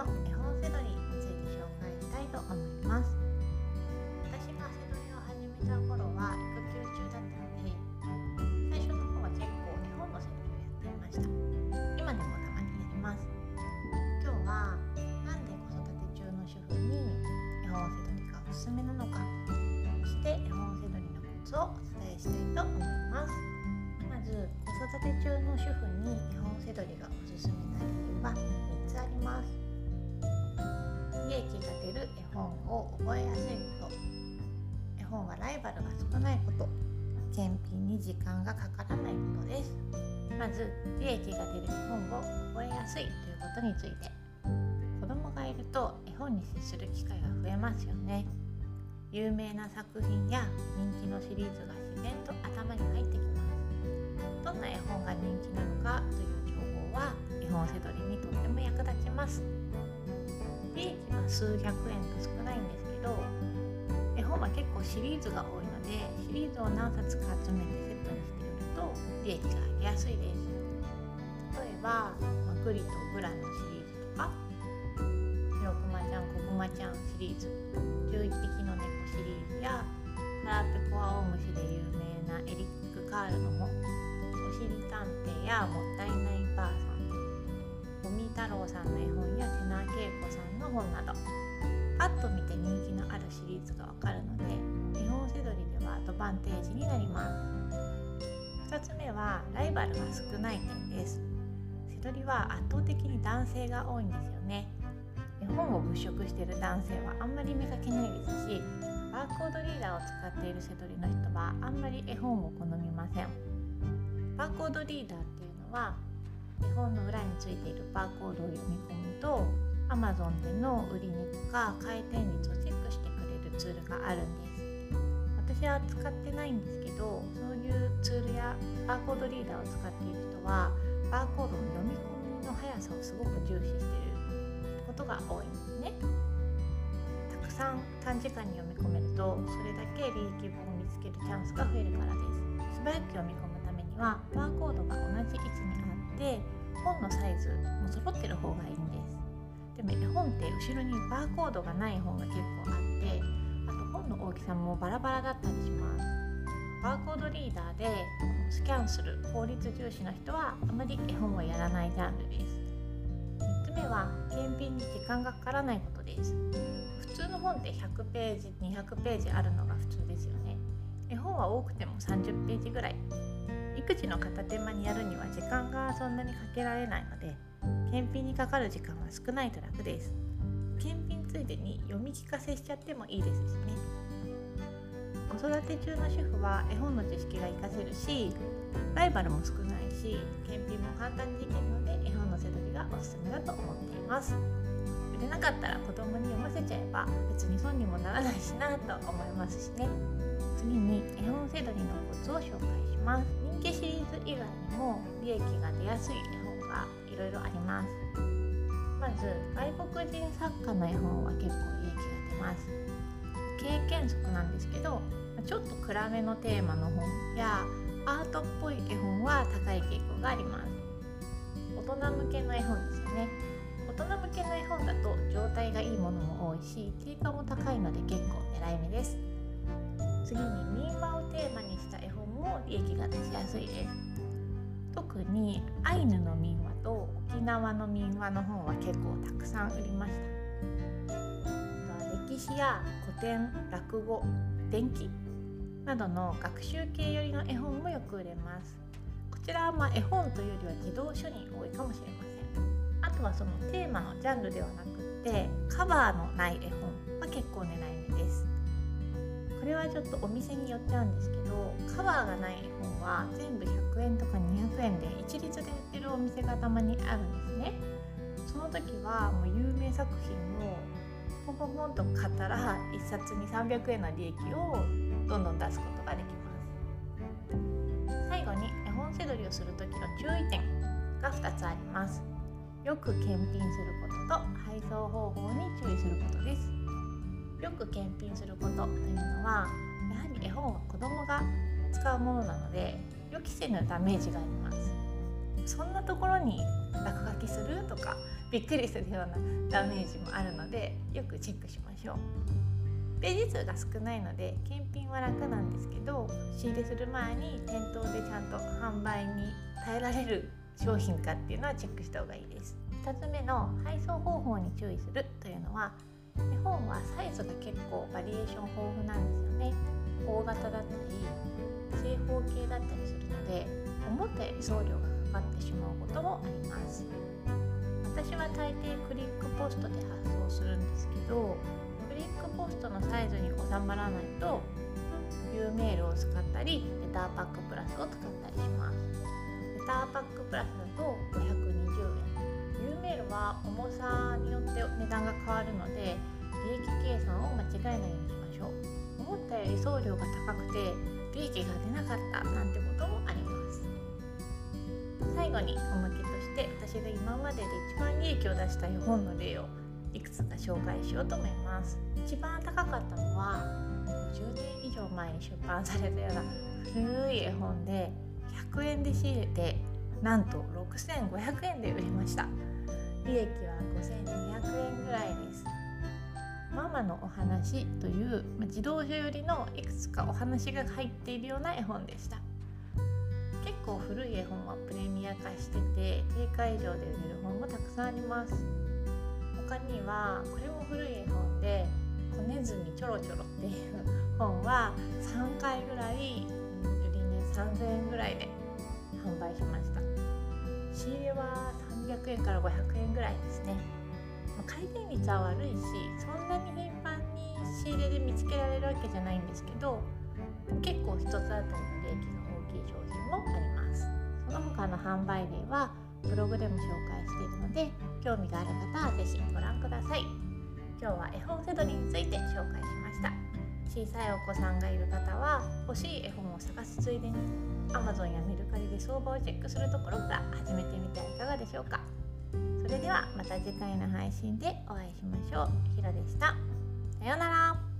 の絵本セドリについて紹介したいと思います。私がセドリを始めた頃は育休中だったので、最初の方は結構絵本のセドリをやっていました。今でもたまにやります。今日はなんで子育て中の主婦に絵本セドリがおすすめなのか、そして絵本セドリのコツをお伝えしたいと思います。まず子育て中の主婦に絵本セドリがおすすめな理由は3つあります。利益が出る絵本を覚えやすいこと、絵本はライバルが少ないこと、検品に時間がかからないことです。まず利益が出る絵本を覚えやすいということについて。子供がいると絵本に接する機会が増えますよね。有名な作品や人気のシリーズが自然と頭に入ってきます。どんな絵本が人気なのかという情報は絵本セドリにとっても役立ちます。利益は数百円と少ないんですけど、絵本は結構シリーズが多いので、シリーズを何冊か集めてセットにしていると利益が上げやすいです。例えばグリとグラのシリーズとか、白くまちゃん、こぐまちゃんシリーズ、11匹の猫シリーズや腹ペコ青虫で有名なエリック・カールの本、おしり探偵やもったいないばあさん、五味太郎さんの絵本や瀬名恵子さんの本など、パッと見て人気のあるシリーズがわかるので、絵本セドリではアドバンテージになります。2つ目はライバルが少ない点です。セドリは圧倒的に男性が多いんですよね。絵本を物色している男性はあんまり見かけないですし、バーコードリーダーを使っているセドリの人はあんまり絵本を好みません。バーコードリーダーっていうのは、絵本の裏についているバーコードを読み込むと Amazon での売り値とか回転率をチェックしてくれるツールがあるんです。私は使ってないんですけど、そういうツールやバーコードリーダーを使っている人はバーコードの読み込みの速さをすごく重視していることが多いんですね。たくさん短時間に読み込めると、それだけ利益分を見つけるチャンスが増えるからです。素早く読み込むためにはバーコードが同じ位置にあって本のサイズも揃ってる方がいいんです。でも絵本って後ろにバーコードがない本が結構あって、あと本の大きさもバラバラだったりします。バーコードリーダーでスキャンする効率重視の人はあまり絵本をやらないジャンルです。3つ目は検品に時間がかからないことです。普通の本って100ページ200ページあるのが普通ですよね。絵本は多くても30ページぐらい。育児の片手間にやるには時間がそんなにかけられないので、検品にかかる時間は少ないと楽です。検品ついでに読み聞かせしちゃってもいいですしね。子育て中の主婦は絵本の知識が活かせるし、ライバルも少ないし、検品も簡単にできるので、絵本のセドリがおすすめだと思っています。売れなかったら子供に読ませちゃえば別に損にもならないしなと思いますしね。次に絵本セドリのコツを紹介します。人気シリーズ以外にも利益が出やすい絵本がいろいろあります。まず外国人作家の絵本は結構利益が出ます。経験則なんですけど、ちょっと暗めのテーマの本やアートっぽい絵本は高い傾向があります。大人向けの絵本ですよね。大人向けの絵本だと状態がいいものも多いし、定価も高いので結構狙い目です。次に民話をテーマにした絵本も利益が出しやすいです。特にアイヌの民話と沖縄の民話の本は結構たくさん売りました。歴史や古典、落語、伝記などの学習系寄りの絵本もよく売れます。こちらは絵本というよりは児童書に多いかもしれません。あとはそのテーマのジャンルではなくってカバーのない絵本は結構狙い目です。これはちょっとお店によっちゃうんですけど、カバーがない絵本は全部100円とか200円で一律で売ってるお店がたまにあるんですね。その時はもう有名作品をポンポンポンと買ったら1冊に300円の利益をどんどん出すことができます。最後に絵本セドリをする時の注意点が2つあります。よく検品することと配送方法に注意することです。よく検品することというのは、やはり絵本は子どもが使うものなので予期せぬダメージがあります。そんなところに落書きするとかびっくりするようなダメージもあるので、よくチェックしましょう。ページ数が少ないので検品は楽なんですけど、仕入れする前に店頭でちゃんと販売に耐えられる商品かっていうのはチェックした方がいいです。2つ目の配送方法に注意するというのは、絵本はサイズが結構バリエーション豊富なんですよね。大型だったり正方形だったりするので、思ったより送料がかかってしまうこともあります。私は大抵クリックポストで発送するんですけど、クリックポストのサイズに収まらないと U メールを使ったりレターパックプラスを使ったりします。レターパックプラスだと520円、 U メールは重さによって値段が変わるので利益計算を間違えないようにしましょう。思ったより送料が高くて利益が出なかったなんてこともあります。最後におまけとして、私が今までで一番利益を出した絵本の例をいくつか紹介しようと思います。一番高かったのは50年以上前に出版されたような古い絵本で、100円で仕入れてなんと6500円で売れました。利益は5200円ぐらいです。ママのお話という児童書寄りのいくつかお話が入っているような絵本でした。結構古い絵本はプレミア化してて、定価以上で売れる本もたくさんあります。他にはこれも古い絵本で、子ネズミちょろちょろっていう本は3回ぐらい売り値3000円ぐらいで販売しました。仕入れは300円から500円ぐらいですね。回転率は悪いし、そんなに頻繁に仕入れで見つけられるわけじゃないんですけど、結構一つあたりの利益が大きい商品もあります。その他の販売例はブログでも紹介しているので、興味がある方はぜひご覧ください。今日は絵本セドリについて紹介しました。小さいお子さんがいる方は欲しい絵本を探すついでに Amazon やメルカリで相場をチェックするところから始めてみてはいかがでしょうか。それではまた次回の配信でお会いしましょう。ひろでした。さようなら。